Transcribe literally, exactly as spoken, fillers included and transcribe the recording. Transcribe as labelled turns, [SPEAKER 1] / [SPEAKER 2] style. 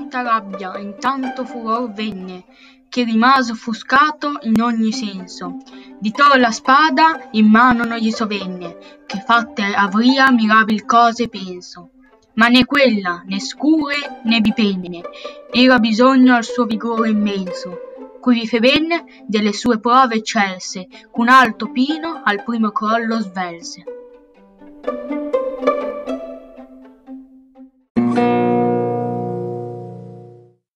[SPEAKER 1] tanta rabbia, in tanto furor venne, che rimase offuscato in ogni senso. Di Thor la spada in mano non gli sovenne, che fatte avria mirabil cose penso. Ma né quella, né scure, né bipenne, era bisogno al suo vigore immenso, cui vi fe ben delle sue prove eccelse, c'un alto pino al primo crollo svelse.